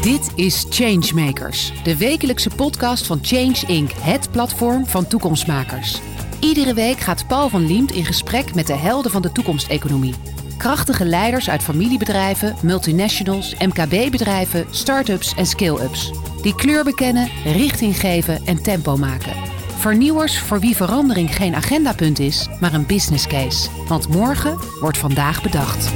Dit is Changemakers, de wekelijkse podcast van Change Inc., het platform van toekomstmakers. Iedere week gaat Paul van Liemt in gesprek met de helden van de toekomsteconomie. Krachtige leiders uit familiebedrijven, multinationals, MKB-bedrijven, start-ups en scale-ups. Die kleur bekennen, richting geven en tempo maken. Vernieuwers voor wie verandering geen agendapunt is, maar een business case. Want morgen wordt vandaag bedacht.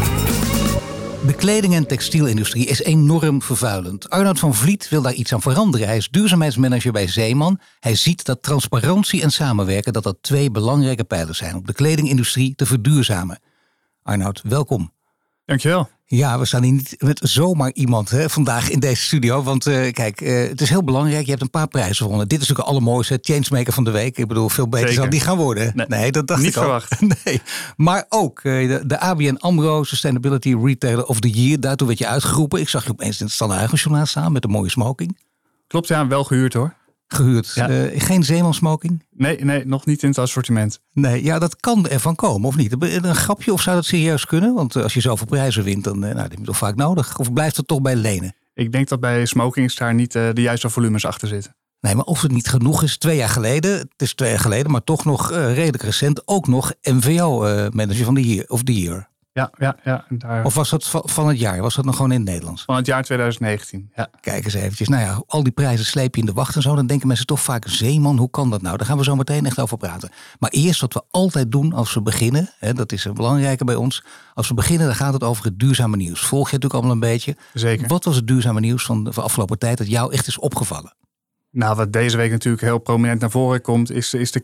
De kleding- en textielindustrie is enorm vervuilend. Arnoud van Vliet wil daar iets aan veranderen. Hij is duurzaamheidsmanager bij Zeeman. Hij ziet dat transparantie en samenwerken dat 2 belangrijke pijlers zijn om de kledingindustrie te verduurzamen. Arnoud, welkom. Dankjewel. Ja, we staan hier niet met zomaar iemand vandaag in deze studio. Want kijk, het is heel belangrijk. Je hebt een paar prijzen gewonnen. Dit is natuurlijk het allermooiste, Changemaker van de week. Ik bedoel, veel beter zal die gaan worden. Nee, dat dacht niet ik al. verwacht. Nee. Maar ook de ABN AMRO Sustainability Retailer of the Year. Daartoe werd je uitgeroepen. Ik zag je opeens in het Standaard staan met een mooie smoking. Klopt, ja, wel gehuurd hoor. Gehuurd. Ja. Geen Zeeman smoking? Nee, nog niet in het assortiment. Nee, ja, dat kan ervan komen, of niet? Een grapje, of zou dat serieus kunnen? Want als je zoveel prijzen wint, dan dat heb je toch vaak nodig. Of blijft het toch bij lenen? Ik denk dat bij smokings daar niet de juiste volumes achter zitten. Nee, maar of het niet genoeg is, 2 jaar geleden. Het is 2 jaar geleden, maar toch nog redelijk recent. Ook nog MVO-manager van de Year. Ja. Daar... Of was dat van het jaar? Was dat nog gewoon in het Nederlands? Van het jaar 2019, ja. Kijk eens eventjes. Nou ja, al die prijzen sleep je in de wacht en zo. Dan denken mensen toch vaak, Zeeman, hoe kan dat nou? Daar gaan we zo meteen echt over praten. Maar eerst wat we altijd doen als we beginnen. Dat is een belangrijke bij ons. Als we beginnen, dan gaat het over het duurzame nieuws. Volg je natuurlijk allemaal een beetje. Zeker. Wat was het duurzame nieuws van de afgelopen tijd dat jou echt is opgevallen? Nou, wat deze week natuurlijk heel prominent naar voren komt, is de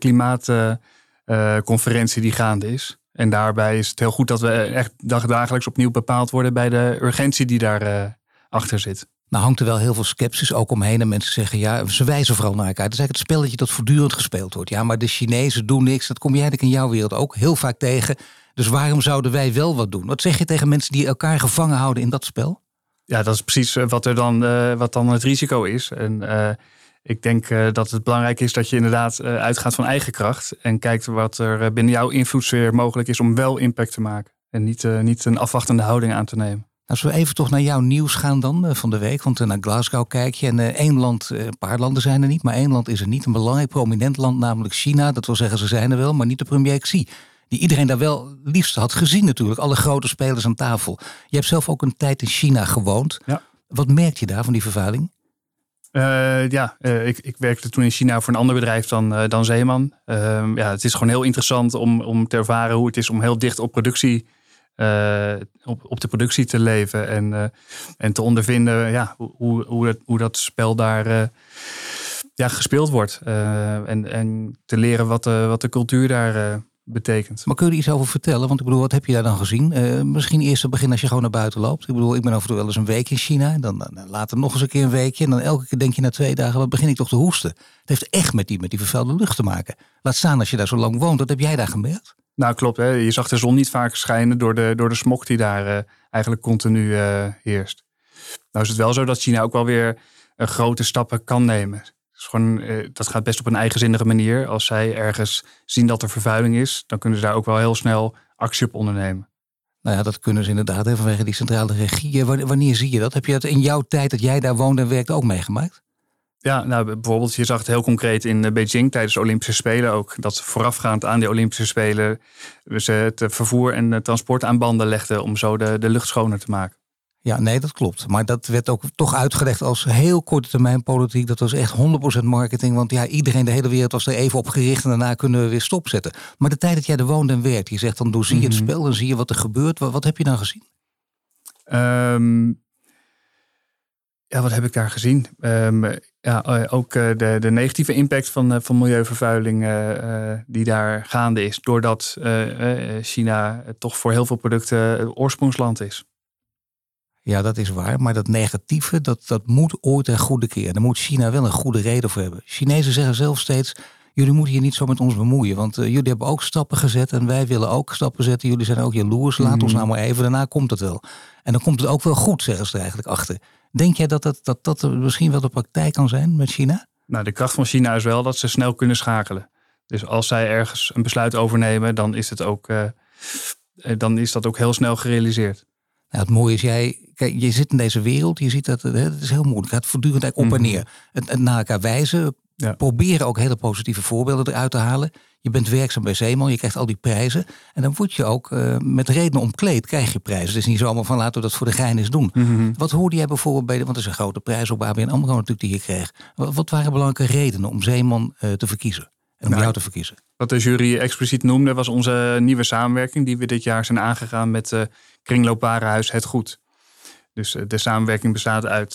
klimaatconferentie die gaande is. En daarbij is het heel goed dat we echt dagelijks opnieuw bepaald worden bij de urgentie die daar achter zit. Nou hangt er wel heel veel sceptisch ook omheen. En mensen zeggen, ja, ze wijzen vooral naar elkaar. Het is eigenlijk het spelletje dat voortdurend gespeeld wordt. Ja, maar de Chinezen doen niks. Dat kom jij eigenlijk in jouw wereld ook heel vaak tegen. Dus waarom zouden wij wel wat doen? Wat zeg je tegen mensen die elkaar gevangen houden in dat spel? Ja, dat is precies wat dan het risico is. En ik denk dat het belangrijk is dat je inderdaad uitgaat van eigen kracht. En kijkt wat er binnen jouw invloedssfeer mogelijk is om wel impact te maken. En niet een afwachtende houding aan te nemen. Als we even toch naar jouw nieuws gaan dan van de week. Want naar Glasgow kijk je. En één land, een paar landen zijn er niet. Maar 1 land is er niet. Een belangrijk prominent land, namelijk China. Dat wil zeggen, ze zijn er wel, maar niet de premier Xi. Die iedereen daar wel liefst had gezien natuurlijk. Alle grote spelers aan tafel. Je hebt zelf ook een tijd in China gewoond. Ja. Wat merk je daar van die vervuiling? Ik werkte toen in China voor een ander bedrijf dan Zeeman. Het is gewoon heel interessant om te ervaren hoe het is om heel dicht op productie, op de productie te leven. En te ondervinden hoe dat spel daar gespeeld wordt. En te leren wat de cultuur daar betekent. Maar kun je er iets over vertellen? Want ik bedoel, wat heb je daar dan gezien? Misschien eerst te beginnen als je gewoon naar buiten loopt. Ik bedoel, ik ben af en toe wel eens een week in China. Dan later nog eens een keer een weekje. En dan elke keer denk je na 2 dagen, wat begin ik toch te hoesten? Het heeft echt met die vervuilde lucht te maken. Laat staan als je daar zo lang woont. Wat heb jij daar gemerkt? Nou, klopt. Hè? Je zag de zon niet vaak schijnen door de smog die daar eigenlijk continu heerst. Nou is het wel zo dat China ook wel weer grote stappen kan nemen. Dat gaat best op een eigenzinnige manier. Als zij ergens zien dat er vervuiling is, dan kunnen ze daar ook wel heel snel actie op ondernemen. Nou ja, dat kunnen ze inderdaad vanwege die centrale regie. Wanneer zie je dat? Heb je dat in jouw tijd dat jij daar woonde en werkte ook meegemaakt? Ja, nou bijvoorbeeld, je zag het heel concreet in Beijing tijdens de Olympische Spelen ook. Dat voorafgaand aan de Olympische Spelen ze het vervoer en het transport aan banden legden om zo de lucht schoner te maken. Ja, nee, dat klopt. Maar dat werd ook toch uitgelegd als heel korte termijn politiek. Dat was echt 100% marketing. Want ja, iedereen, de hele wereld was er even op gericht. En daarna kunnen we weer stopzetten. Maar de tijd dat jij er woont en werkt. Je zegt dan, zie je het spel en zie je wat er gebeurt. Wat heb je dan gezien? Wat heb ik daar gezien? Ook de negatieve impact van milieuvervuiling die daar gaande is. Doordat China toch voor heel veel producten oorsprongsland is. Ja, dat is waar. Maar dat negatieve, dat moet ooit een goede keer. Daar moet China wel een goede reden voor hebben. Chinezen zeggen zelf steeds, jullie moeten hier niet zo met ons bemoeien. Want jullie hebben ook stappen gezet en wij willen ook stappen zetten. Jullie zijn ook jaloers, laat ons nou maar even. Daarna komt het wel. En dan komt het ook wel goed, zeggen ze er eigenlijk achter. Denk jij dat misschien wel de praktijk kan zijn met China? Nou, de kracht van China is wel dat ze snel kunnen schakelen. Dus als zij ergens een besluit overnemen, dan is dat ook heel snel gerealiseerd. Nou, het mooie is, jij kijk, je zit in deze wereld, je ziet dat het is heel moeilijk. Het gaat voortdurend eigenlijk op en neer. Het naar elkaar wijzen, proberen ook hele positieve voorbeelden eruit te halen. Je bent werkzaam bij Zeeman, je krijgt al die prijzen. En dan word je ook met redenen omkleed, krijg je prijzen. Het is niet zomaar van laten we dat voor de gein eens doen. Wat hoorde jij bijvoorbeeld bij, want er is een grote prijs op ABN AMRO natuurlijk die je kreeg. Wat waren belangrijke redenen om Zeeman te verkiezen? En om jou te verkiezen? Wat de jury expliciet noemde was onze nieuwe samenwerking die we dit jaar zijn aangegaan met kringloopwarenhuis Het Goed. Dus de samenwerking bestaat uit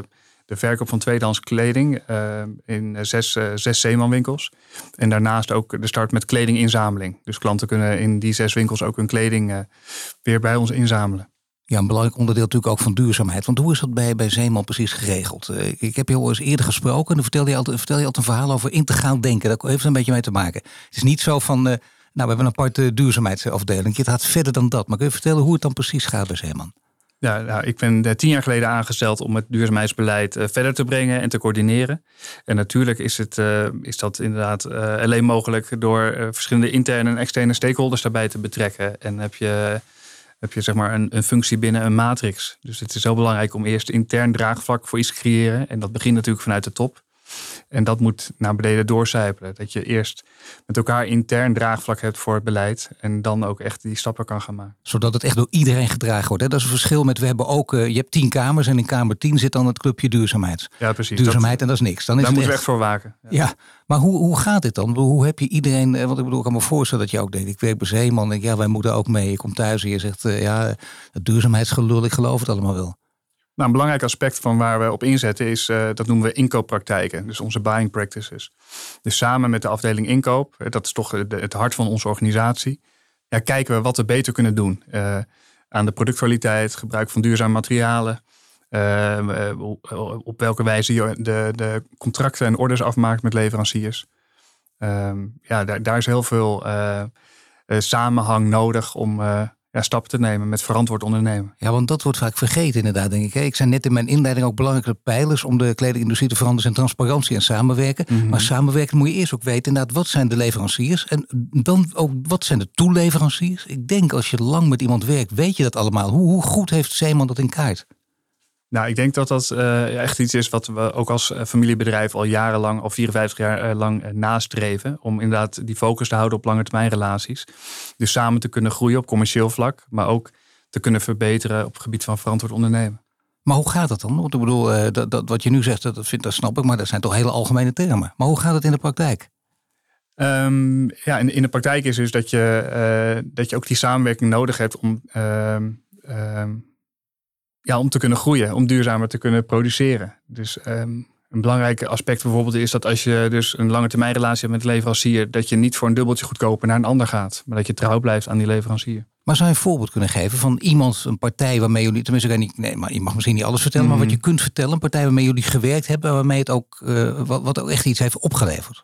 de verkoop van tweedehands kleding in 6 Zeemanwinkels. En daarnaast ook de start met kledinginzameling. Dus klanten kunnen in die 6 winkels ook hun kleding weer bij ons inzamelen. Ja, een belangrijk onderdeel natuurlijk ook van duurzaamheid. Want hoe is dat bij Zeeman precies geregeld? Ik heb je al eens eerder gesproken en dan vertel je altijd een verhaal over integraal denken. Dat heeft er een beetje mee te maken. Het is niet zo van, we hebben een aparte duurzaamheidsafdeling. Het gaat verder dan dat. Maar kun je vertellen hoe het dan precies gaat bij Zeeman? Ja, nou, ik ben 10 jaar geleden aangesteld om het duurzaamheidsbeleid verder te brengen en te coördineren. En natuurlijk is dat inderdaad alleen mogelijk door verschillende interne en externe stakeholders daarbij te betrekken. En heb je zeg maar een functie binnen een matrix. Dus het is heel belangrijk om eerst intern draagvlak voor iets te creëren. En dat begint natuurlijk vanuit de top. En dat moet naar beneden doorcijpelen. Dat je eerst met elkaar intern draagvlak hebt voor het beleid. En dan ook echt die stappen kan gaan maken. Zodat het echt door iedereen gedragen wordt. Hè? Dat is een verschil met, we hebben ook, je hebt 10 kamers. En in kamer 10 zit dan het clubje duurzaamheid. Ja, precies. Duurzaamheid en dat is niks. Daar moeten we echt voor waken. Ja, maar hoe gaat dit dan? Hoe heb je iedereen, want ik bedoel, ik kan me voorstellen dat je ook denkt, ik werk bij Zeeman. En wij moeten ook mee. Je komt thuis en je zegt, het duurzaamheidsgelul, ik geloof het allemaal wel. Nou, een belangrijk aspect van waar we op inzetten is, dat noemen we inkooppraktijken. Dus onze buying practices. Dus samen met de afdeling inkoop, dat is toch het hart van onze organisatie. Ja, kijken we wat we beter kunnen doen. Aan de productkwaliteit, gebruik van duurzame materialen. Op welke wijze je de contracten en orders afmaakt met leveranciers. Daar is heel veel samenhang nodig om stappen te nemen met verantwoord ondernemen. Ja, want dat wordt vaak vergeten inderdaad, denk ik. Ik zei net in mijn inleiding ook belangrijke pijlers om de kledingindustrie te veranderen zijn transparantie en samenwerken. Maar samenwerken moet je eerst ook weten inderdaad wat zijn de leveranciers en dan ook wat zijn de toeleveranciers. Ik denk als je lang met iemand werkt, weet je dat allemaal. Hoe goed heeft Zeeman dat in kaart? Nou, ik denk dat echt iets is wat we ook als familiebedrijf al jarenlang, al 54 jaar lang nastreven. Om inderdaad die focus te houden op langetermijnrelaties. Dus samen te kunnen groeien op commercieel vlak, maar ook te kunnen verbeteren op het gebied van verantwoord ondernemen. Maar hoe gaat dat dan? Want ik bedoel, dat wat je nu zegt, dat snap ik, maar dat zijn toch hele algemene termen. Maar hoe gaat het in de praktijk? In de praktijk is dus dat je ook die samenwerking nodig hebt om te kunnen groeien, om duurzamer te kunnen produceren. Dus een belangrijk aspect bijvoorbeeld is dat als je dus een lange termijn relatie hebt met de leverancier, dat je niet voor een dubbeltje goedkoper naar een ander gaat, maar dat je trouw blijft aan die leverancier. Maar zou je een voorbeeld kunnen geven van iemand, een partij waarmee jullie, tenminste, maar je mag misschien niet alles vertellen, maar wat je kunt vertellen, een partij waarmee jullie gewerkt hebben, waarmee het ook, wat ook echt iets heeft opgeleverd?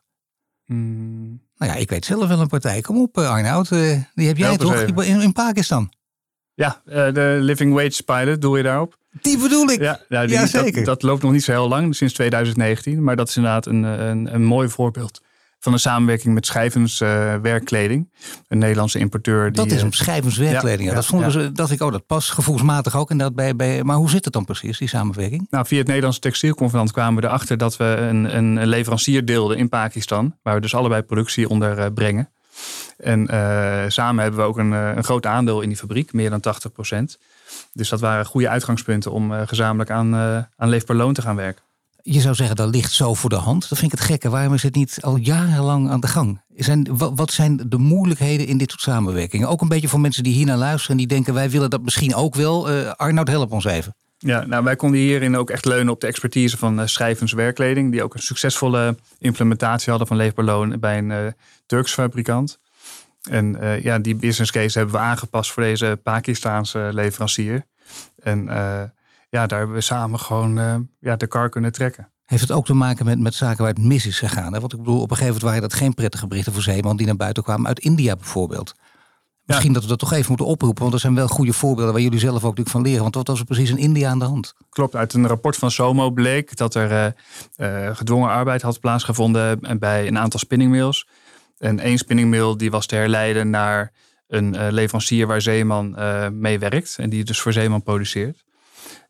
Nou ja, ik weet zelf wel een partij. Kom op, Arnoud, die heb jij toch in Pakistan? Ja, de Living Wage Pilot, doe je daarop? Die bedoel ik. Ja, zeker. Dat loopt nog niet zo heel lang, sinds 2019. Maar dat is inderdaad een mooi voorbeeld van een samenwerking met Schijvens Werkkleding. Een Nederlandse importeur. Dat is een Schijvens Werkkleding. Dat past gevoelsmatig ook inderdaad bij. Maar hoe zit het dan precies, die samenwerking? Nou, via het Nederlandse Textielconvenant kwamen we erachter dat we een leverancier deelden in Pakistan. Waar we dus allebei productie onder brengen. En samen hebben we ook een groot aandeel in die fabriek, meer dan 80%. Dus dat waren goede uitgangspunten om gezamenlijk aan Leef per Loon te gaan werken. Je zou zeggen, dat ligt zo voor de hand. Dat vind ik het gekke. Waarom is het niet al jarenlang aan de gang? Wat zijn de moeilijkheden in dit soort samenwerkingen? Ook een beetje voor mensen die hier naar luisteren en die denken, wij willen dat misschien ook wel. Arnoud, help ons even. Ja, nou, wij konden hierin ook echt leunen op de expertise van Schijvens Werkkleding, die ook een succesvolle implementatie hadden van Leef per Loon bij een Turks fabrikant. En die business case hebben we aangepast voor deze Pakistaanse leverancier. En daar hebben we samen gewoon de kar kunnen trekken. Heeft het ook te maken met zaken waar het mis is gegaan? Hè? Want ik bedoel, op een gegeven moment waren dat geen prettige berichten voor Zeeman die naar buiten kwamen uit India bijvoorbeeld. Misschien dat we dat toch even moeten oproepen, want er zijn wel goede voorbeelden waar jullie zelf ook natuurlijk van leren. Want wat was er precies in India aan de hand? Klopt, uit een rapport van SOMO bleek dat er gedwongen arbeid had plaatsgevonden bij een aantal spinningmills. En 1 spinningmill die was te herleiden naar een leverancier waar Zeeman mee werkt en die dus voor Zeeman produceert.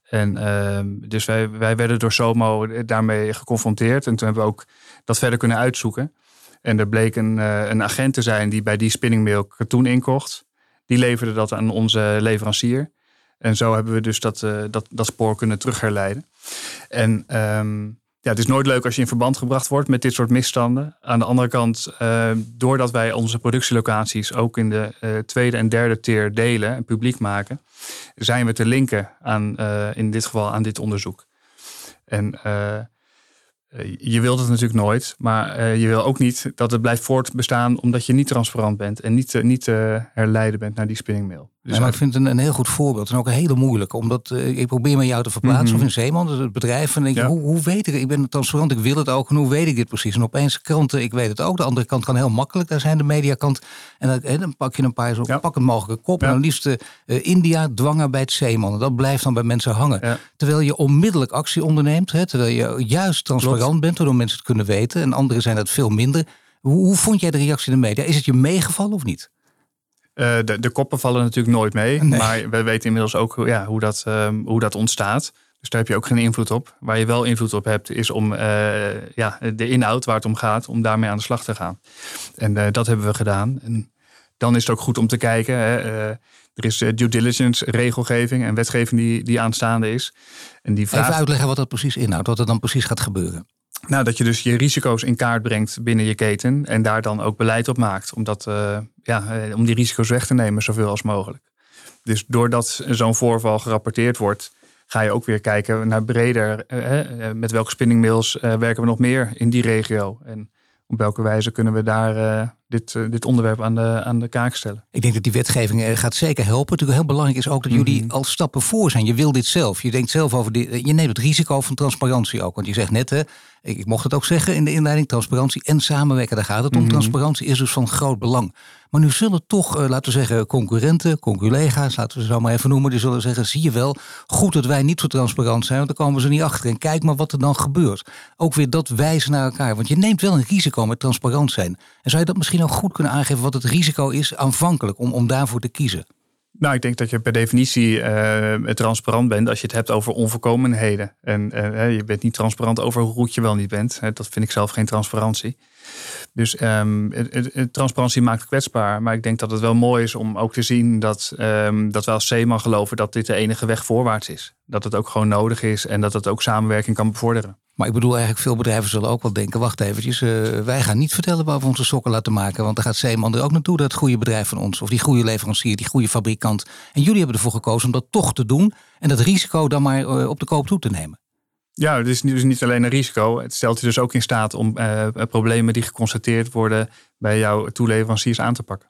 En dus wij werden door SOMO daarmee geconfronteerd. En toen hebben we ook dat verder kunnen uitzoeken. En er bleek een agent te zijn die bij die spinningmeel katoen inkocht. Die leverde dat aan onze leverancier. En zo hebben we dus dat spoor kunnen terugherleiden. En het is nooit leuk als je in verband gebracht wordt met dit soort misstanden. Aan de andere kant, doordat wij onze productielocaties ook in de tweede en derde tier delen en publiek maken, zijn we te linken aan, in dit geval aan dit onderzoek. En je wilt het natuurlijk nooit, maar je wil ook niet dat het blijft voortbestaan omdat je niet transparant bent en niet te herleiden bent naar die spinningmeel. Dus ja, maar ik vind het een heel goed voorbeeld en ook een hele moeilijke. Omdat ik probeer me jou te verplaatsen of in Zeeman, het bedrijf. En dan denk ik, hoe weet ik ben transparant, ik wil het ook. En hoe weet ik dit precies? En opeens kranten, ik weet het ook. De andere kant kan heel makkelijk, daar zijn de mediakant. En dan pak je een paar zo pakkend mogelijke kop. En dan liefst India dwangen bij het Zeeman. En dat blijft dan bij mensen hangen. Ja. Terwijl je onmiddellijk actie onderneemt. Terwijl je juist transparant bent, waardoor mensen het kunnen weten. En anderen zijn dat veel minder. Hoe vond jij de reactie in de media? Is het je meegevallen of niet? De koppen vallen natuurlijk nooit mee. Nee. Maar we weten inmiddels ook hoe dat ontstaat. Dus daar heb je ook geen invloed op. Waar je wel invloed op hebt is om de inhoud waar het om gaat, om daarmee aan de slag te gaan. En dat hebben we gedaan. En dan is het ook goed om te kijken. Er is due diligence regelgeving en wetgeving die aanstaande is. En die vraagt... Even uitleggen wat dat precies inhoudt. Wat er dan precies gaat gebeuren. Nou, dat je dus je risico's in kaart brengt binnen je keten en daar dan ook beleid op maakt. Om die risico's weg te nemen zoveel als mogelijk. Dus doordat zo'n voorval gerapporteerd wordt, ga je ook weer kijken naar breder. Met welke spinningmails werken we nog meer in die regio? En op welke wijze kunnen we daar dit onderwerp aan de kaak stellen? Ik denk dat die wetgeving gaat zeker helpen. Natuurlijk heel belangrijk is ook dat jullie al stappen voor zijn. Je wil dit zelf. Je denkt zelf over dit. Je neemt het risico van transparantie ook. Want je zegt net, ik mocht het ook zeggen in de inleiding, transparantie en samenwerken. Daar gaat het om. Transparantie is dus van groot belang. Maar nu zullen toch, laten we zeggen, concurrenten, conculega's, laten we ze zo maar even noemen, die zullen zeggen, zie je wel, goed dat wij niet zo transparant zijn, want dan komen ze niet achter. En kijk maar wat er dan gebeurt. Ook weer dat wijzen naar elkaar. Want je neemt wel een risico met transparant zijn. En zou je dat misschien ook goed kunnen aangeven wat het risico is aanvankelijk om daarvoor te kiezen? Nou, ik denk dat je per definitie transparant bent als je het hebt over onvolkomenheden. En je bent niet transparant over hoe goed je wel niet bent. Dat vind ik zelf geen transparantie. Dus transparantie maakt kwetsbaar. Maar ik denk dat het wel mooi is om ook te zien dat wij als Zeeman geloven dat dit de enige weg voorwaarts is. Dat het ook gewoon nodig is en dat het ook samenwerking kan bevorderen. Maar ik bedoel eigenlijk, veel bedrijven zullen ook wel denken, wacht eventjes, wij gaan niet vertellen waar we onze sokken laten maken. Want dan gaat Zeeman er ook naartoe, dat goede bedrijf van ons. Of die goede leverancier, die goede fabrikant. En jullie hebben ervoor gekozen om dat toch te doen. En dat risico dan maar op de koop toe te nemen. Ja, het is dus niet alleen een risico. Het stelt je dus ook in staat om problemen die geconstateerd worden bij jouw toeleveranciers aan te pakken.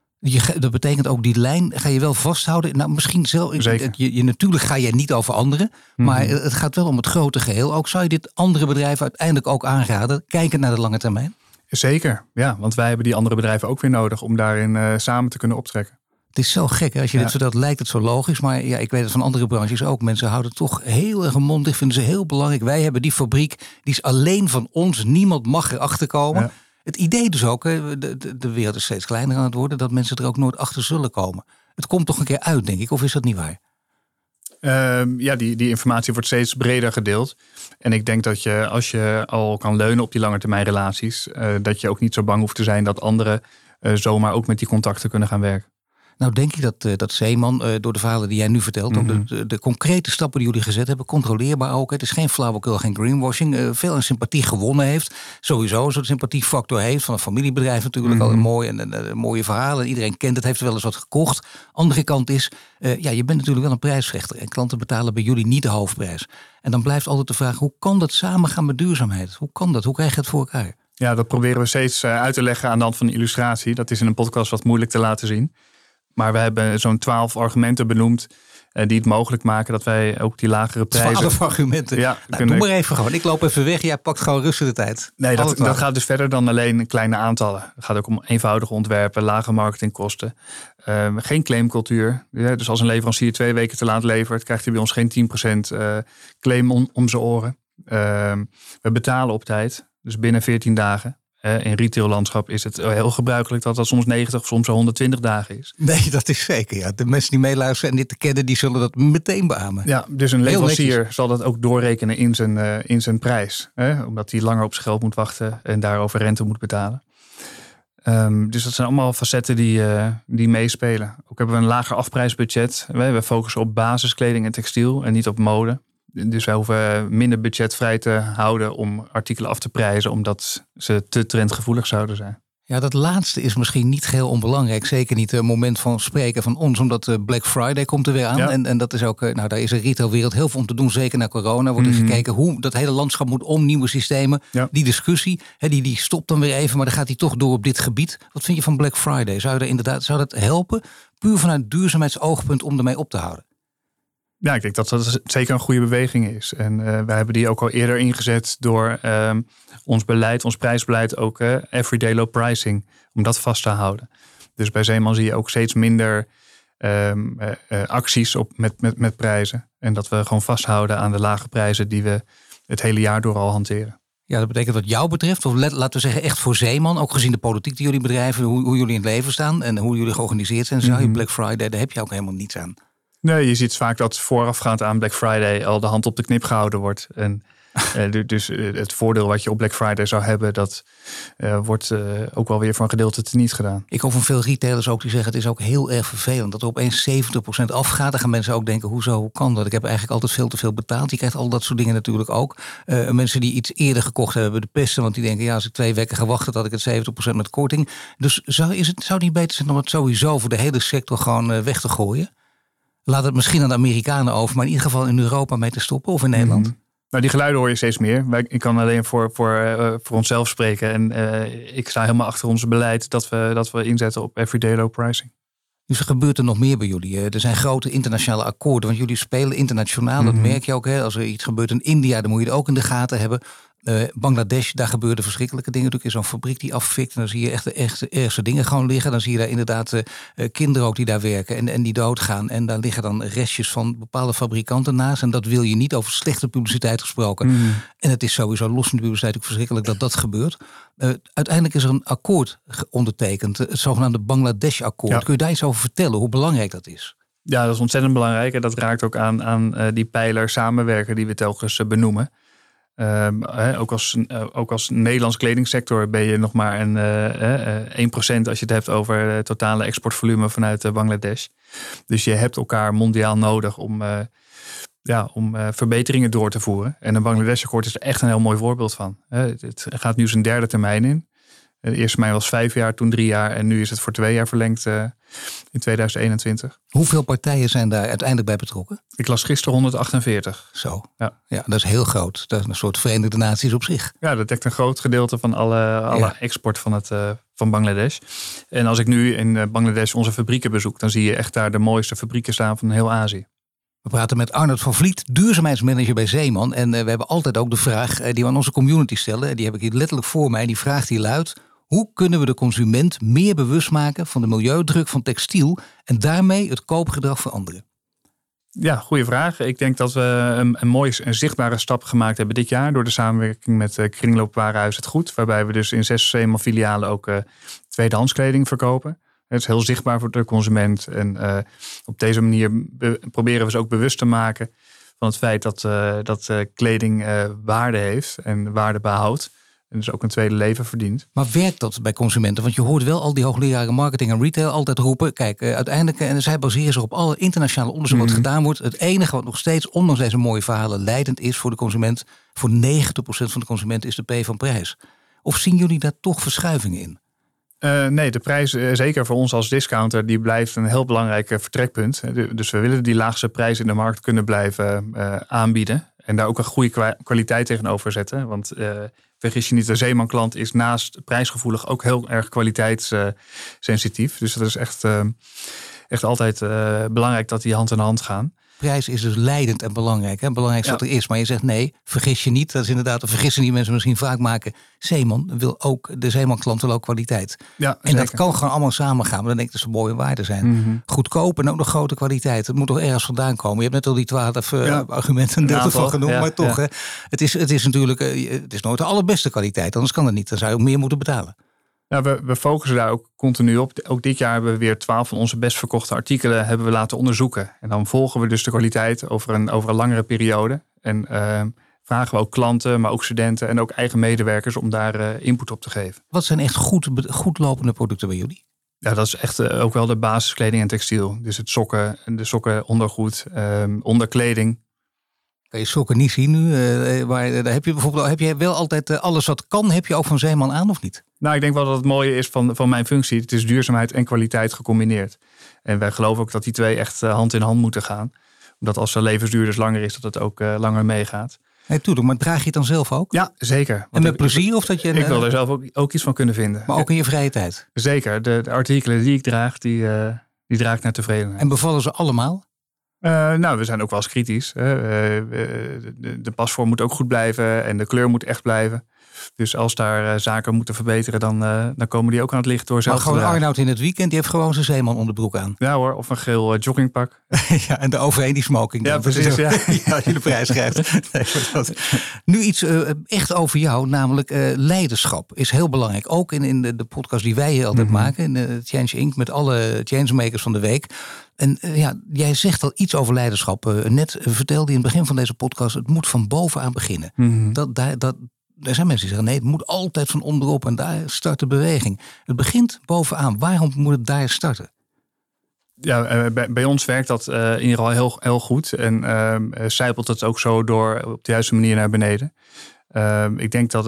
Dat betekent ook die lijn ga je wel vasthouden. Nou, misschien zelf. Natuurlijk ga je niet over anderen. Maar het gaat wel om het grote geheel. Ook zou je dit andere bedrijven uiteindelijk ook aanraden, kijkend naar de lange termijn? Zeker, ja. Want wij hebben die andere bedrijven ook weer nodig om daarin samen te kunnen optrekken. Het is zo gek, hè? Als je dit vertelt, lijkt het zo logisch. Maar ja, ik weet het van andere branches ook. Mensen houden toch heel erg mondig, vinden ze heel belangrijk. Wij hebben die fabriek, die is alleen van ons. Niemand mag erachter komen. Ja. Het idee dus ook, de wereld is steeds kleiner aan het worden, dat mensen er ook nooit achter zullen komen. Het komt toch een keer uit, denk ik, of is dat niet waar? Die informatie wordt steeds breder gedeeld. En ik denk dat je, als je al kan leunen op die langetermijnrelaties, dat je ook niet zo bang hoeft te zijn dat anderen zomaar ook met die contacten kunnen gaan werken. Nou denk ik dat Zeeman, door de verhalen die jij nu vertelt, ook de concrete stappen die jullie gezet hebben, controleerbaar ook. Het is geen flauwekul, geen greenwashing. Veel aan sympathie gewonnen heeft. Sowieso een soort sympathiefactor heeft. Van een familiebedrijf natuurlijk al mooi en mooie verhalen. Iedereen kent het, heeft wel eens wat gekocht. Andere kant is, je bent natuurlijk wel een prijsvechter. En klanten betalen bij jullie niet de hoofdprijs. En dan blijft altijd de vraag, hoe kan dat samengaan met duurzaamheid? Hoe kan dat? Hoe krijg je het voor elkaar? Ja, dat proberen we steeds uit te leggen aan de hand van een illustratie. Dat is in een podcast wat moeilijk te laten zien. Maar we hebben zo'n 12 argumenten benoemd die het mogelijk maken dat wij ook die lagere prijzen... 12 argumenten? Ja, doe maar even gewoon. Ik loop even weg, jij pakt gewoon rustig de tijd. Nee, dat gaat dus verder dan alleen kleine aantallen. Het gaat ook om eenvoudige ontwerpen, lage marketingkosten. Geen claimcultuur. Ja, dus als een leverancier 2 weken te laat levert, krijgt hij bij ons geen 10% claim om zijn oren. We betalen op tijd, dus binnen 14 dagen. In retaillandschap is het heel gebruikelijk dat dat soms 90 of soms 120 dagen is. Nee, dat is zeker. Ja. De mensen die meeluisteren en dit te kennen, die zullen dat meteen beamen. Ja, dus een leverancier zal dat ook doorrekenen in zijn prijs. Omdat hij langer op zijn geld moet wachten en daarover rente moet betalen. Dus dat zijn allemaal facetten die meespelen. Ook hebben we een lager afprijsbudget. We focussen op basiskleding en textiel en niet op mode. Dus wij hoeven minder budget vrij te houden om artikelen af te prijzen, omdat ze te trendgevoelig zouden zijn. Ja, dat laatste is misschien niet geheel onbelangrijk. Zeker niet het moment van spreken van ons, omdat Black Friday komt er weer aan. Ja. En dat is ook, daar is de retailwereld heel veel om te doen. Zeker na corona wordt er gekeken hoe dat hele landschap moet om, nieuwe systemen. Ja. Die discussie, die stopt dan weer even, maar dan gaat die toch door op dit gebied. Wat vind je van Black Friday? Zou dat helpen, puur vanuit duurzaamheidsoogpunt, om ermee op te houden? Ja, ik denk dat dat zeker een goede beweging is. En wij hebben die ook al eerder ingezet door ons beleid, ons prijsbeleid, ook everyday low pricing, om dat vast te houden. Dus bij Zeeman zie je ook steeds minder acties met prijzen. En dat we gewoon vasthouden aan de lage prijzen die we het hele jaar door al hanteren. Ja, dat betekent wat jou betreft, of laten we zeggen echt voor Zeeman, ook gezien de politiek die jullie bedrijven, hoe jullie in het leven staan en hoe jullie georganiseerd zijn, zou je Black Friday, daar heb je ook helemaal niets aan. Nee, je ziet vaak dat voorafgaand aan Black Friday al de hand op de knip gehouden wordt. En dus het voordeel wat je op Black Friday zou hebben, dat wordt ook wel weer voor een gedeelte teniet gedaan. Ik hoor van veel retailers ook die zeggen het is ook heel erg vervelend dat er opeens 70% afgaat. Dan gaan mensen ook denken, hoe kan dat? Ik heb eigenlijk altijd veel te veel betaald. Je krijgt al dat soort dingen natuurlijk ook. Mensen die iets eerder gekocht hebben de pesten, want die denken, ja, als ik 2 weken gewacht had, had ik het 70% met korting. Dus zou het niet beter zijn om het sowieso voor de hele sector gewoon weg te gooien? Laat het misschien aan de Amerikanen over, maar in ieder geval in Europa mee te stoppen of in Nederland. Nou, die geluiden hoor je steeds meer. Ik kan alleen voor onszelf spreken. En ik sta helemaal achter ons beleid dat we inzetten op everyday low pricing. Dus er gebeurt er nog meer bij jullie. Er zijn grote internationale akkoorden, want jullie spelen internationaal. Dat merk je ook. Als er iets gebeurt in India, dan moet je het ook in de gaten hebben. Bangladesh, daar gebeurden verschrikkelijke dingen. Er is zo'n fabriek die afvikt en dan zie je echt de ergste dingen gewoon liggen. Dan zie je daar inderdaad kinderen ook die daar werken en die doodgaan. En daar liggen dan restjes van bepaalde fabrikanten naast. En dat wil je niet, over slechte publiciteit gesproken. En het is sowieso los van de publiciteit ook verschrikkelijk dat dat gebeurt. Uiteindelijk is er een akkoord ondertekend, het zogenaamde Bangladesh-akkoord. Ja. Kun je daar iets over vertellen, hoe belangrijk dat is? Ja, dat is ontzettend belangrijk. En dat raakt ook aan die pijler samenwerken die we telkens benoemen. Ook als Nederlands kledingsector ben je nog maar 1% als je het hebt over het totale exportvolume vanuit Bangladesh. Dus je hebt elkaar mondiaal nodig om verbeteringen door te voeren. En een Bangladesh-akkoord is er echt een heel mooi voorbeeld van. Het gaat nu zijn 3e termijn in. De eerste termijn was 5 jaar, toen 3 jaar en nu is het voor 2 jaar verlengd in 2021. Hoeveel partijen zijn daar uiteindelijk bij betrokken? Ik las gisteren 148. Zo, ja, dat is heel groot. Dat is een soort Verenigde Naties op zich. Ja, dat dekt een groot gedeelte van alle export van Bangladesh. En als ik nu in Bangladesh onze fabrieken bezoek, dan zie je echt daar de mooiste fabrieken staan van heel Azië. We praten met Arnold van Vliet, duurzaamheidsmanager bij Zeeman. En we hebben altijd ook de vraag die we aan onze community stellen. Die heb ik hier letterlijk voor mij. Die vraag die luidt: hoe kunnen we de consument meer bewust maken van de milieudruk van textiel en daarmee het koopgedrag veranderen? Ja, goede vraag. Ik denk dat we een mooie en zichtbare stap gemaakt hebben dit jaar door de samenwerking met Kringloopwarenhuis Het Goed. Waarbij we dus in 6 Zeeman filialen ook tweedehands kleding verkopen. Het is heel zichtbaar voor de consument. En op deze manier proberen we ze ook bewust te maken van het feit dat kleding waarde heeft en waarde behoudt. En dus ook een tweede leven verdient. Maar werkt dat bij consumenten? Want je hoort wel al die hoogleraren marketing en retail altijd roepen. Kijk, uiteindelijk, en zij baseren zich op alle internationale onderzoek wat gedaan wordt. Het enige wat nog steeds, ondanks deze mooie verhalen, leidend is voor de consument, voor 90% van de consument, is de P van prijs. Of zien jullie daar toch verschuivingen in? Nee, de prijs, zeker voor ons als discounter, die blijft een heel belangrijk vertrekpunt. Dus we willen die laagste prijs in de markt kunnen blijven aanbieden. En daar ook een goede kwaliteit tegenover zetten. Want vergis je niet, de Zeeman klant is naast prijsgevoelig ook heel erg kwaliteitssensitief. Dus dat is echt altijd belangrijk dat die hand in hand gaan. Prijs is dus leidend en belangrijk. Hè? Belangrijk is wat er is. Maar je zegt nee, vergis je niet. Dat is inderdaad een vergissing die mensen misschien vaak maken. De Zeeman-klant wil ook kwaliteit. Ja, en dat kan gewoon allemaal samengaan. Maar dan denk ik dat ze mooie waarden zijn. Mm-hmm. Goedkoop en ook nog grote kwaliteit. Het moet toch ergens vandaan komen. Je hebt net al die 12 argumenten een deel ervan genoemd. Maar toch, hè, het is natuurlijk het is nooit de allerbeste kwaliteit. Anders kan het niet. Dan zou je ook meer moeten betalen. Ja, we focussen daar ook continu op. Ook dit jaar hebben we weer 12 van onze best verkochte artikelen hebben we laten onderzoeken. En dan volgen we dus de kwaliteit over een langere periode. En vragen we ook klanten, maar ook studenten en ook eigen medewerkers om daar input op te geven. Wat zijn echt goed lopende producten bij jullie? Ja, dat is echt ook wel de basiskleding en textiel. Dus de sokken, ondergoed, onderkleding. Kan je sokken niet zien nu? Heb je wel altijd alles wat kan, heb je ook van Zeeman aan of niet? Nou, ik denk wel dat het mooie is van mijn functie. Het is duurzaamheid en kwaliteit gecombineerd. En wij geloven ook dat die twee echt hand in hand moeten gaan. Omdat als de levensduur dus langer is, dat het ook langer meegaat. Nee, tuurlijk, maar draag je het dan zelf ook? Ja, zeker. En met plezier? Of dat je ik wil er zelf ook iets van kunnen vinden. Maar ook in je vrije tijd? Zeker. De artikelen die ik draag, die draag ik naar tevredenheid. En bevallen ze allemaal? We zijn ook wel eens kritisch. De pasvorm moet ook goed blijven en de kleur moet echt blijven. Dus als daar zaken moeten verbeteren, dan komen die ook aan het licht door zelf. Maar gewoon Arnoud in het weekend, die heeft gewoon zijn Zeeman onderbroek aan. Ja hoor, of een geel joggingpak. Ja, en daaroverheen die smoking. Ja, precies. Ja. Ja, als je de prijs schrijft. Nu iets echt over jou, namelijk leiderschap is heel belangrijk. Ook in de podcast die wij hier altijd maken, in Change Inc. met alle changemakers van de week. En jij zegt al iets over leiderschap. Net vertelde je in het begin van deze podcast, het moet van bovenaan beginnen. Er zijn mensen die zeggen, nee, het moet altijd van onderop en daar start de beweging. Het begint bovenaan. Waarom moet het daar starten? Ja, bij ons werkt dat in ieder geval heel, heel goed. En zijpelt het ook zo door op de juiste manier naar beneden. Ik denk dat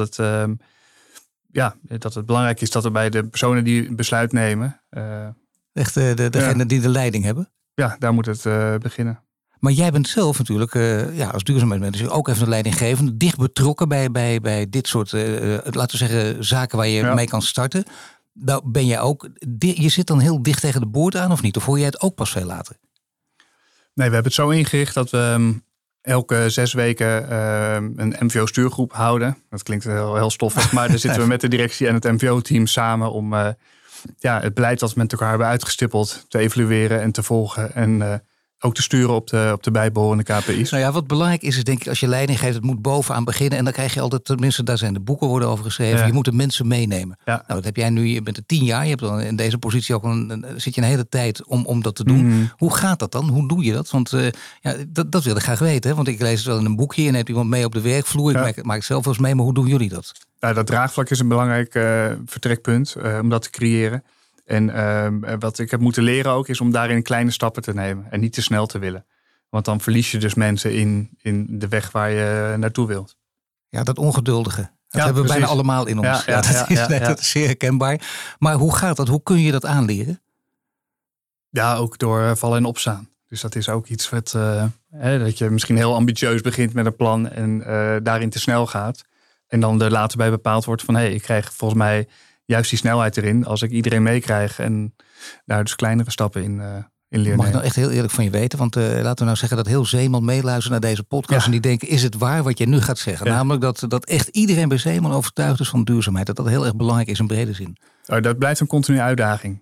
het belangrijk is dat er bij de personen die besluit nemen. Echt degene die de leiding hebben? Ja, daar moet het beginnen. Maar jij bent zelf natuurlijk als duurzaamheidsmanager ook even een leidinggevende, dicht betrokken bij dit soort, laten we zeggen, zaken waar je mee kan starten. Nou ben jij ook, je zit dan heel dicht tegen de boord aan of niet? Of hoor jij het ook pas veel later? Nee, we hebben het zo ingericht dat we elke 6 weken een MVO-stuurgroep houden. Dat klinkt heel stoffig, maar daar zitten we met de directie en het MVO-team samen om het beleid dat we met elkaar hebben uitgestippeld te evalueren en te volgen en ook te sturen op de bijbehorende KPI's. Nou ja, wat belangrijk is denk ik als je leiding geeft, het moet bovenaan beginnen. En dan krijg je altijd, tenminste daar zijn de boeken worden over geschreven. Ja. Je moet de mensen meenemen. Ja. Nou, dat heb jij nu, je bent er 10 jaar. Je hebt dan in deze positie ook zit je een hele tijd om dat te doen. Hoe gaat dat dan? Hoe doe je dat? Want dat wil ik graag weten. Hè? Want ik lees het wel in een boekje en heb iemand mee op de werkvloer. Ik maak het zelf wel eens mee, maar hoe doen jullie dat? Nou, dat draagvlak is een belangrijk vertrekpunt om dat te creëren. En wat ik heb moeten leren ook is om daarin kleine stappen te nemen en niet te snel te willen. Want dan verlies je dus mensen in de weg waar je naartoe wilt. Ja, dat ongeduldige. Dat hebben we bijna allemaal in ons. Dat is zeer herkenbaar. Maar hoe gaat dat? Hoe kun je dat aanleren? Ja, ook door vallen en opstaan. Dus dat is ook iets wat dat je misschien heel ambitieus begint met een plan en daarin te snel gaat. En dan er later bij bepaald wordt van ik krijg volgens mij juist die snelheid erin als ik iedereen meekrijg en daar dus kleinere stappen in leren. Mag ik nou echt heel eerlijk van je weten? Want laten we nou zeggen dat heel Zeeman meeluistert naar deze podcast en die denken, is het waar wat je nu gaat zeggen? Ja. Namelijk dat echt iedereen bij Zeeman overtuigd is van duurzaamheid. Dat heel erg belangrijk is in brede zin. Dat blijft een continue uitdaging.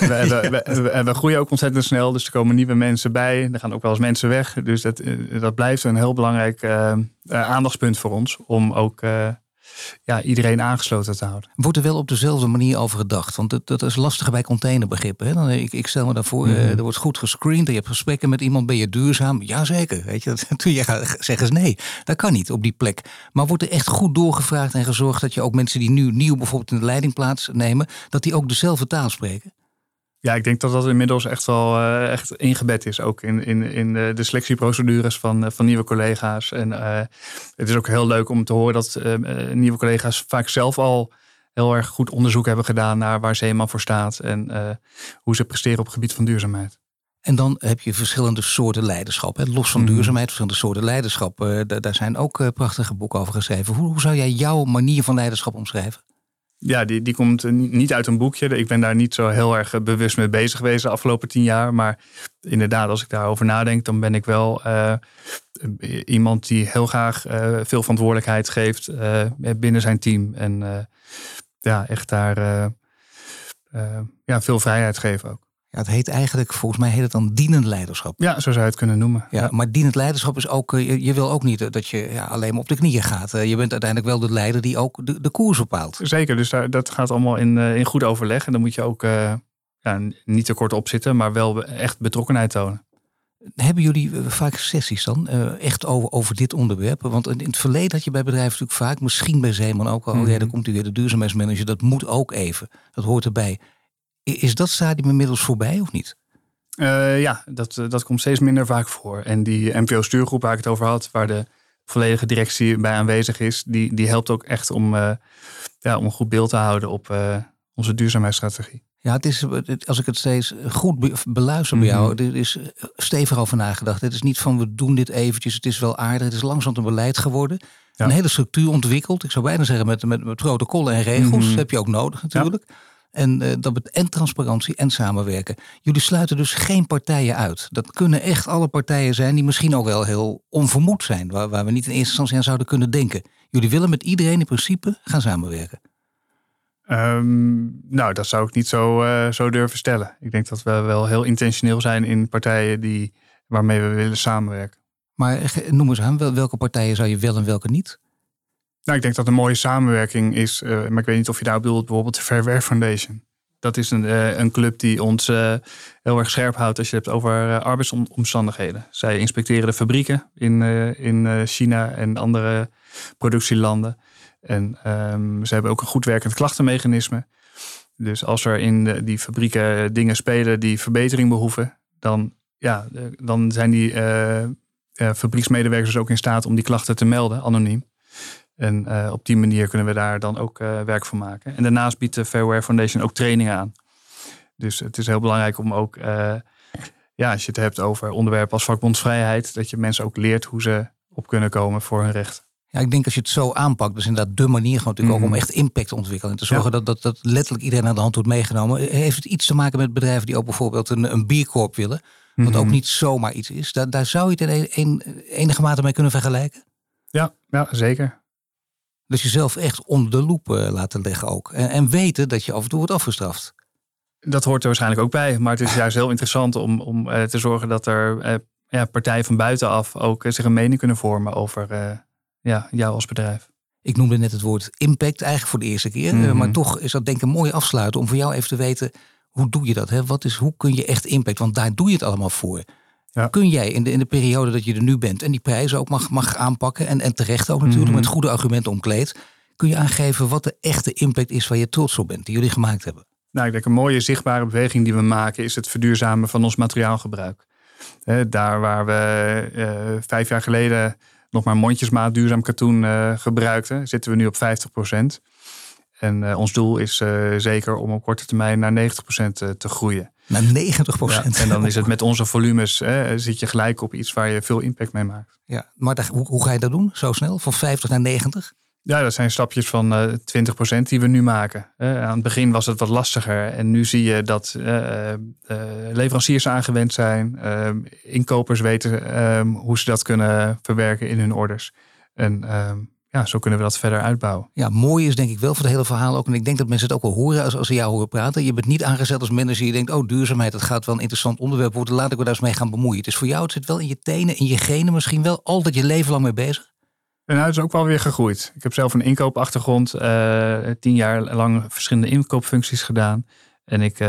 We groeien ook ontzettend snel, dus er komen nieuwe mensen bij. Er gaan ook wel eens mensen weg. Dus dat blijft een heel belangrijk aandachtspunt voor ons om ook iedereen aangesloten te houden. Wordt er wel op dezelfde manier over gedacht? Want dat is lastiger bij containerbegrippen. Hè? Ik stel me daarvoor, er wordt goed gescreend. Je hebt gesprekken met iemand, ben je duurzaam? Jazeker. Weet je, toen je gaat zeggen nee, dat kan niet op die plek. Maar wordt er echt goed doorgevraagd en gezorgd dat je ook mensen die nu nieuw bijvoorbeeld in de leiding plaatsnemen, dat die ook dezelfde taal spreken? Ja, ik denk dat dat inmiddels echt wel echt ingebed is. Ook in de selectieprocedures van nieuwe collega's. En het is ook heel leuk om te horen dat nieuwe collega's vaak zelf al heel erg goed onderzoek hebben gedaan naar waar Zeeman voor staat. En hoe ze presteren op het gebied van duurzaamheid. En dan heb je verschillende soorten leiderschap. Hè? Los van duurzaamheid, verschillende soorten leiderschap. Daar zijn ook prachtige boeken over geschreven. Hoe zou jij jouw manier van leiderschap omschrijven? Ja, die komt niet uit een boekje. Ik ben daar niet zo heel erg bewust mee bezig geweest de afgelopen 10 jaar. Maar inderdaad, als ik daarover nadenk, dan ben ik wel iemand die heel graag veel verantwoordelijkheid geeft binnen zijn team. En echt daar veel vrijheid geven ook. Ja, het heet eigenlijk, volgens mij heet het dan dienend leiderschap. Ja, zo zou je het kunnen noemen. Ja, maar dienend leiderschap is ook, je wil ook niet dat je alleen maar op de knieën gaat. Je bent uiteindelijk wel de leider die ook de koers bepaalt. Zeker, dus dat gaat allemaal in goed overleg. En dan moet je ook niet te kort op zitten, maar wel echt betrokkenheid tonen. Hebben jullie vaak sessies dan echt over dit onderwerp? Want in het verleden had je bij bedrijven natuurlijk vaak, misschien bij Zeeman ook al, dan komt u weer de duurzaamheidsmanager, dat moet ook even. Dat hoort erbij. Is dat stadium inmiddels voorbij of niet? Dat komt steeds minder vaak voor. En die MVO-stuurgroep waar ik het over had, waar de volledige directie bij aanwezig is, die helpt ook echt om een goed beeld te houden op onze duurzaamheidsstrategie. Ja, het is, als ik het steeds goed beluister bij jou, er is stevig over nagedacht. Het is niet van we doen dit eventjes, het is wel aardig. Het is langzaam een beleid geworden. Ja. Een hele structuur ontwikkeld. Ik zou bijna zeggen met protocollen en regels. Dat heb je ook nodig natuurlijk. Ja. En en transparantie en samenwerken. Jullie sluiten dus geen partijen uit. Dat kunnen echt alle partijen zijn die misschien ook wel heel onvermoed zijn. Waar we niet in eerste instantie aan zouden kunnen denken. Jullie willen met iedereen in principe gaan samenwerken. Dat zou ik niet zo durven stellen. Ik denk dat we wel heel intentioneel zijn in partijen waarmee we willen samenwerken. Maar noem eens aan, welke partijen zou je wel en welke niet? Nou, ik denk dat een mooie samenwerking is, maar ik weet niet of je daar bedoelt, bijvoorbeeld de Fair Wear Foundation. Dat is een club die ons heel erg scherp houdt als je het hebt over arbeidsomstandigheden. Zij inspecteren de fabrieken in China en andere productielanden. En ze hebben ook een goed werkend klachtenmechanisme. Dus als er in die fabrieken dingen spelen die verbetering behoeven, dan zijn die fabrieksmedewerkers dus ook in staat om die klachten te melden, anoniem. En op die manier kunnen we daar dan ook werk van maken. En daarnaast biedt de Fair Wear Foundation ook trainingen aan. Dus het is heel belangrijk om ook, als je het hebt over onderwerpen als vakbondsvrijheid, dat je mensen ook leert hoe ze op kunnen komen voor hun recht. Ja, ik denk als je het zo aanpakt, dus inderdaad de manier gewoon natuurlijk ook om echt impact te ontwikkelen. En te zorgen dat letterlijk iedereen aan de hand wordt meegenomen. Heeft het iets te maken met bedrijven die ook bijvoorbeeld een B Corp willen? Wat ook niet zomaar iets is. Daar zou je het in enige mate mee kunnen vergelijken? Ja, zeker. Dus jezelf echt onder de loep laten leggen ook. En weten dat je af en toe wordt afgestraft. Dat hoort er waarschijnlijk ook bij. Maar het is juist heel interessant om te zorgen dat er partijen van buitenaf ook zich een mening kunnen vormen over jou als bedrijf. Ik noemde net het woord impact eigenlijk voor de eerste keer. Maar toch is dat denk ik een mooie afsluiten om voor jou even te weten, hoe doe je dat? Hè? Hoe kun je echt impact? Want daar doe je het allemaal voor. Ja. Kun jij in de periode dat je er nu bent en die prijzen ook mag aanpakken en terecht ook natuurlijk met goede argumenten omkleed, kun je aangeven wat de echte impact is waar je trots op bent, die jullie gemaakt hebben? Nou, ik denk een mooie zichtbare beweging die we maken is het verduurzamen van ons materiaalgebruik. Daar waar we 5 jaar geleden nog maar mondjesmaat duurzaam katoen gebruikten, zitten we nu op 50%. En ons doel is zeker om op korte termijn naar 90% te groeien. Naar 90%? Ja, en dan is het met onze volumes, zit je gelijk op iets waar je veel impact mee maakt. Ja, maar hoe ga je dat doen? Zo snel? Van 50 naar 90? Ja, dat zijn stapjes van 20% die we nu maken. Aan het begin was het wat lastiger. En nu zie je dat leveranciers aangewend zijn. Inkopers weten hoe ze dat kunnen verwerken in hun orders. En zo kunnen we dat verder uitbouwen. Ja, mooi is denk ik wel voor het hele verhaal ook. En ik denk dat mensen het ook wel horen als ze jou horen praten. Je bent niet aangezet als manager. Je denkt, duurzaamheid, dat gaat wel een interessant onderwerp worden. Laat ik me daar eens mee gaan bemoeien. Het is voor jou, het zit wel in je tenen, in je genen misschien wel. Altijd je leven lang mee bezig. En het is ook wel weer gegroeid. Ik heb zelf een inkoopachtergrond. 10 jaar lang verschillende inkoopfuncties gedaan. En ik,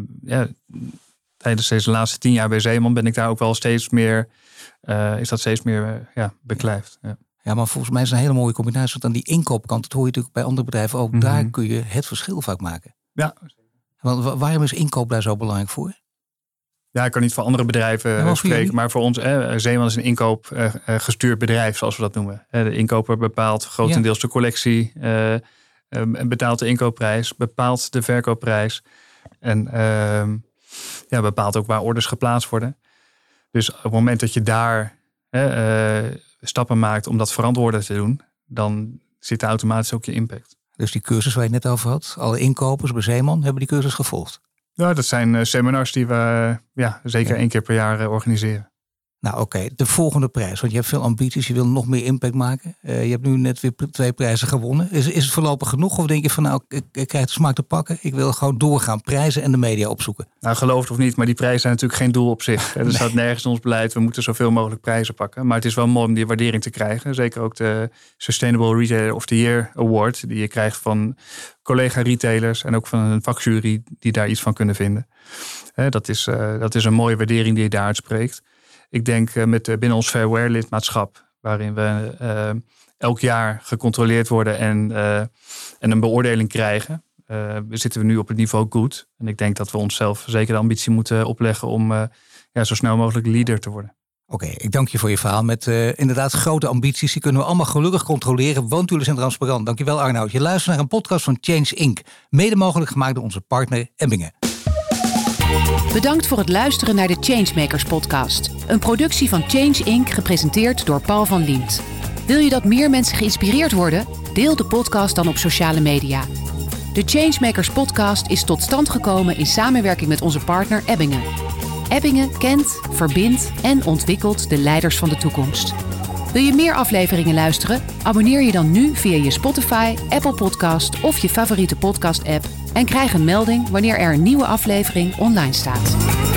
tijdens deze laatste 10 jaar bij Zeeman ben ik daar ook wel steeds meer, beklijfd. Ja. Ja, maar volgens mij is het een hele mooie combinatie. Want aan die inkoopkant, dat hoor je natuurlijk bij andere bedrijven ook. Daar kun je het verschil vaak maken. Ja. Want waarom is inkoop daar zo belangrijk voor? Ja, ik kan niet voor andere bedrijven spreken. Maar voor ons, Zeeman is een inkoopgestuurd bedrijf, zoals we dat noemen. De inkoper bepaalt grotendeels de collectie. Betaalt de inkoopprijs, bepaalt de verkoopprijs. En bepaalt ook waar orders geplaatst worden. Dus op het moment dat je daar stappen maakt om dat verantwoorden te doen, dan zit er automatisch ook je impact. Dus die cursus waar je het net over had. Alle inkopers bij Zeeman hebben die cursus gevolgd. Ja, dat zijn seminars die we zeker 1 keer per jaar organiseren. Nou oké, de volgende prijs. Want je hebt veel ambities, je wil nog meer impact maken. Je hebt nu net weer 2 prijzen gewonnen. Is het voorlopig genoeg? Of denk je van nou, ik krijg de smaak te pakken. Ik wil gewoon doorgaan, prijzen en de media opzoeken. Nou, geloof het of niet, maar die prijzen zijn natuurlijk geen doel op zich. Er staat nergens in ons beleid, we moeten zoveel mogelijk prijzen pakken. Maar het is wel mooi om die waardering te krijgen. Zeker ook de Sustainable Retailer of the Year Award. Die je krijgt van collega-retailers en ook van een vakjury die daar iets van kunnen vinden. Dat is een mooie waardering die je daar uitspreekt. Ik denk binnen ons Fairware lidmaatschap, waarin we elk jaar gecontroleerd worden en een beoordeling krijgen. Zitten we nu op het niveau good. En ik denk dat we onszelf zeker de ambitie moeten opleggen om zo snel mogelijk leader te worden. Oké, ik dank je voor je verhaal met inderdaad grote ambities. Die kunnen we allemaal gelukkig controleren, want jullie zijn transparant. Dankjewel Arnoud. Je luistert naar een podcast van Change Inc. Mede mogelijk gemaakt door onze partner Ebbingen. Bedankt voor het luisteren naar de Changemakers podcast. Een productie van Change Inc. gepresenteerd door Paul van Liemt. Wil je dat meer mensen geïnspireerd worden? Deel de podcast dan op sociale media. De Changemakers podcast is tot stand gekomen in samenwerking met onze partner Ebbingen. Ebbingen kent, verbindt en ontwikkelt de leiders van de toekomst. Wil je meer afleveringen luisteren? Abonneer je dan nu via je Spotify, Apple Podcast of je favoriete podcast-app en krijg een melding wanneer er een nieuwe aflevering online staat.